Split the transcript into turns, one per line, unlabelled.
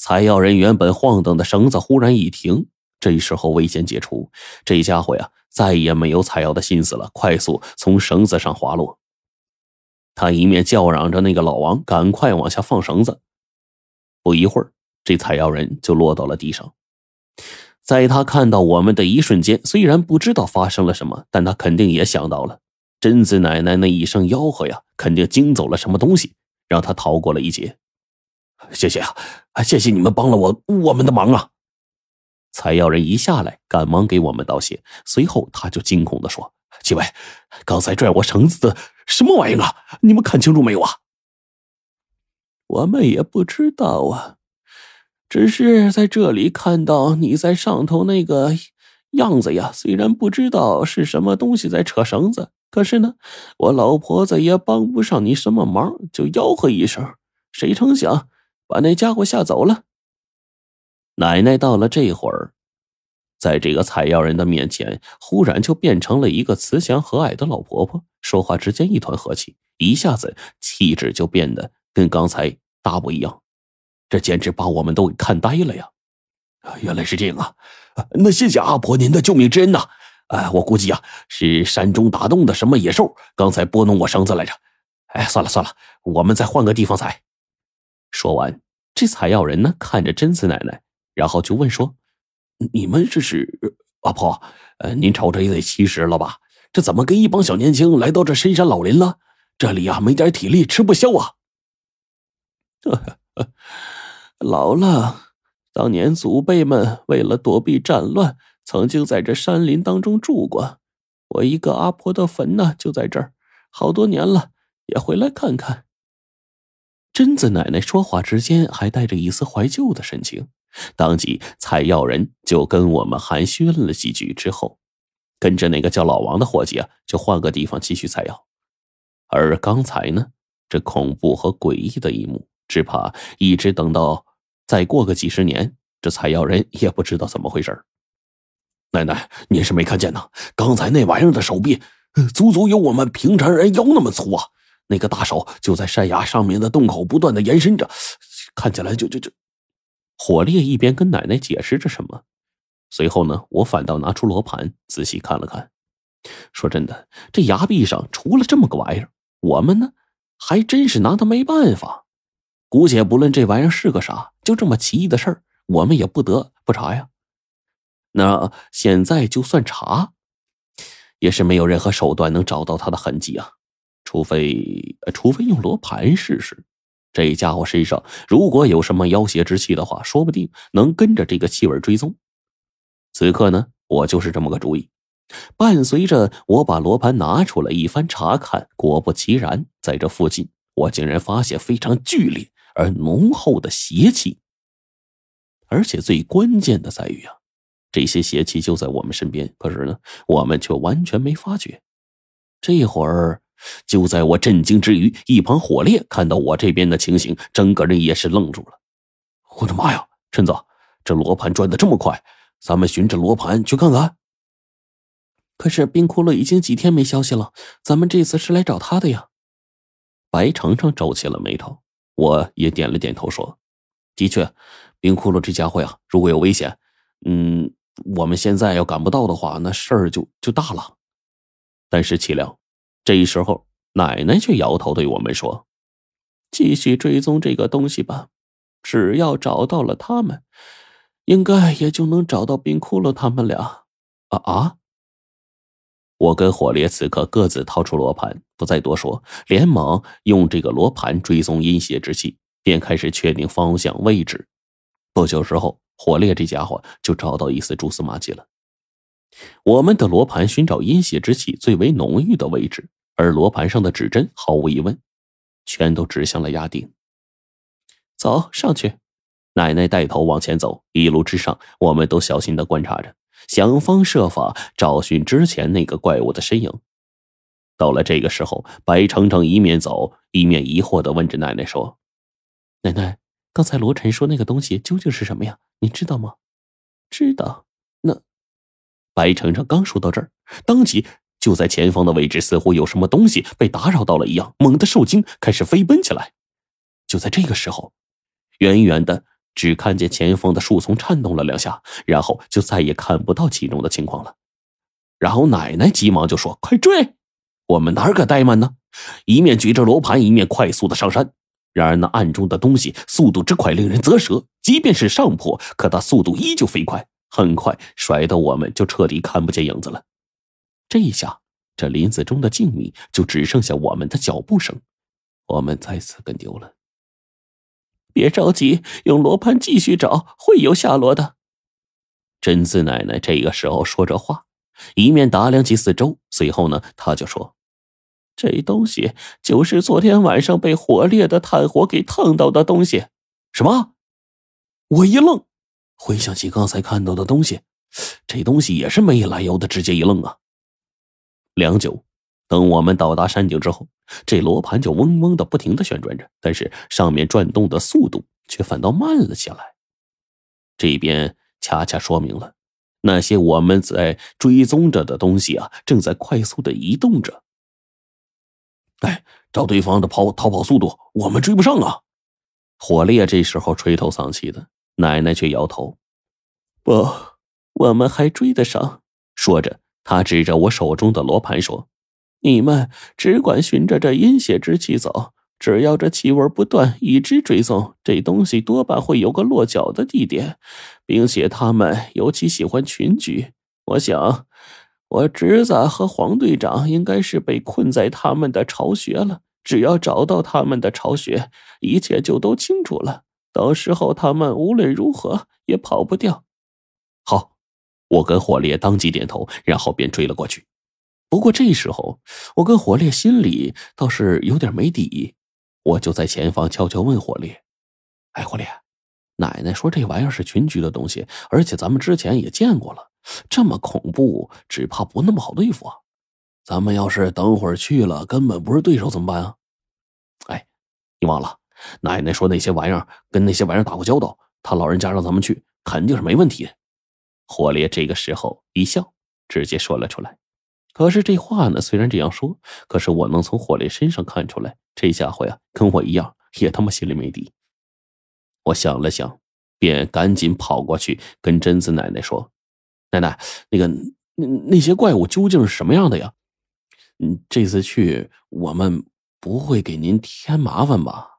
采药人原本晃动的绳子忽然一停，这时候危险解除，这家伙呀再也没有采药的心思了，快速从绳子上滑落。他一面叫嚷着那个老王赶快往下放绳子，不一会儿，这采药人就落到了地上。在他看到我们的一瞬间，虽然不知道发生了什么，但他肯定也想到了贞子奶奶那一声吆喝呀，肯定惊走了什么东西，让他逃过了一劫。谢谢啊，谢谢你们帮了我们的忙啊！采药人一下来，赶忙给我们道谢，随后他就惊恐地说：“几位，刚才拽我绳子的什么玩意啊？你们看清楚没有啊？”我们也不知道啊，只是在这里看到你在上头那个样子呀，虽然不知道是什么东西在扯绳子，可是呢，我老婆子也帮不上你什么忙，就吆喝一声，谁成想把那家伙吓走了。奶奶到了这会儿，在这个采药人的面前，忽然就变成了一个慈祥和蔼的老婆婆，说话之间一团和气，一下子气质就变得跟刚才大不一样，这简直把我们都给看呆了呀！原来是这样啊，那谢谢阿婆您的救命之恩呐！我估计啊是山中打洞的什么野兽刚才拨弄我绳子来着。算了，我们再换个地方采。说完，这采药人呢看着贞子奶奶，然后就问说：“你们这是阿婆？您瞅着也得70了吧？这怎么跟一帮小年轻来到这深山老林了？这里啊没点体力吃不消啊！”老了。当年祖辈们为了躲避战乱，曾经在这山林当中住过。我一个阿婆的坟呢，就在这儿，好多年了，也回来看看。贞子奶奶说话之间还带着一丝怀旧的神情，当即采药人就跟我们寒暄了几句之后，跟着那个叫老王的伙计啊，就换个地方继续采药。而刚才呢，这恐怖和诡异的一幕，只怕一直等到再过个几十年，这采药人也不知道怎么回事。奶奶，您是没看见呐？刚才那玩意儿的手臂，足足有我们平常人腰那么粗啊！那个大手就在山崖上面的洞口不断的延伸着，看起来就……火烈一边跟奶奶解释着什么，随后呢，我反倒拿出罗盘仔细看了看。说真的，这崖壁上除了这么个玩意儿，我们呢还真是拿他没办法。姑且不论这玩意儿是个啥，就这么奇异的事儿，我们也不得不查呀。那现在就算查，也是没有任何手段能找到他的痕迹啊，除非用罗盘试试。这家伙身上如果有什么妖邪之气的话，说不定能跟着这个气味追踪。此刻呢，我就是这么个主意。伴随着我把罗盘拿出来一番查看，果不其然，在这附近我竟然发现非常剧烈而浓厚的邪气。而且最关键的在于啊，这些邪气就在我们身边，可是呢，我们却完全没发觉。这会儿就在我震惊之余，一旁火烈看到我这边的情形，整个人也是愣住了。我的妈呀，陈子，这罗盘转得这么快，咱们循着罗盘去看看。可是冰窟窿已经几天没消息了，咱们这次是来找他的呀。白程程皱起了眉头，我也点了点头说：“的确，冰窟窿这家伙呀，如果有危险，我们现在要赶不到的话，那事儿就大了。”但是岂料，这时候奶奶却摇头对我们说：“继续追踪这个东西吧，只要找到了他们，应该也就能找到冰窟窿他们俩。”我跟火烈此刻各自掏出罗盘，不再多说，连忙用这个罗盘追踪阴邪之气，便开始确定方向位置。不久之后，火烈这家伙就找到一丝蛛丝马迹了。我们的罗盘寻找阴邪之气最为浓郁的位置，而罗盘上的指针毫无疑问全都指向了崖顶。走上去，奶奶带头往前走，一路之上我们都小心地观察着，想方设法找寻之前那个怪物的身影。到了这个时候，白程程一面走一面疑惑地问着奶奶说：“奶奶，刚才罗晨说那个东西究竟是什么呀？你知道吗？”“知道。”那白程程刚说到这儿，当即就在前方的位置似乎有什么东西被打扰到了一样，猛地受惊，开始飞奔起来。就在这个时候，远远的只看见前方的树丛颤动了2下，然后就再也看不到其中的情况了。然后奶奶急忙就说：“快追！”我们哪敢怠慢呢？一面举着罗盘，一面快速的上山。然而那暗中的东西速度之快令人啧舌，即便是上坡，可它速度依旧飞快，很快甩得我们就彻底看不见影子了。这一下，这林子中的静谧就只剩下我们的脚步声，我们再次跟丢了。别着急，用罗盘继续找，会有下落的。贞子奶奶这个时候说着话，一面打量起四周，随后呢，她就说：“这东西就是昨天晚上被火烈的炭火给烫到的东西。”什么？我一愣，回想起刚才看到的东西，这东西也是没来由的直接一愣啊。良久，等我们到达山顶之后，这罗盘就嗡嗡的不停的旋转着，但是上面转动的速度却反倒慢了下来。这边恰恰说明了那些我们在追踪着的东西啊，正在快速的移动着。哎，照对方的逃跑速度，我们追不上啊！火烈这时候垂头丧气的，奶奶却摇头：“不，我们还追得上。”说着，他指着我手中的罗盘说：“你们只管循着这阴血之气走，只要这气味不断，一直追踪，这东西多半会有个落脚的地点，并且他们尤其喜欢群居。我想，我侄子和黄队长应该是被困在他们的巢穴了。只要找到他们的巢穴，一切就都清楚了。到时候他们无论如何也跑不掉。”好，我跟火烈当即点头，然后便追了过去。不过这时候，我跟火烈心里倒是有点没底，我就在前方悄悄问火烈：“哎，火烈，奶奶说这玩意儿是群居的东西，而且咱们之前也见过了，这么恐怖，只怕不那么好对付啊。咱们要是等会儿去了，根本不是对手怎么办啊？”哎，你忘了，奶奶说那些玩意儿跟那些玩意儿打过交道，她老人家让咱们去，肯定是没问题的。火烈这个时候一笑，直接说了出来。可是这话呢，虽然这样说，可是我能从火烈身上看出来，这家伙呀，跟我一样，也他妈心里没底。我想了想，便赶紧跑过去跟贞子奶奶说：“奶奶，那些怪物究竟是什么样的呀？这次去我们不会给您添麻烦吧？”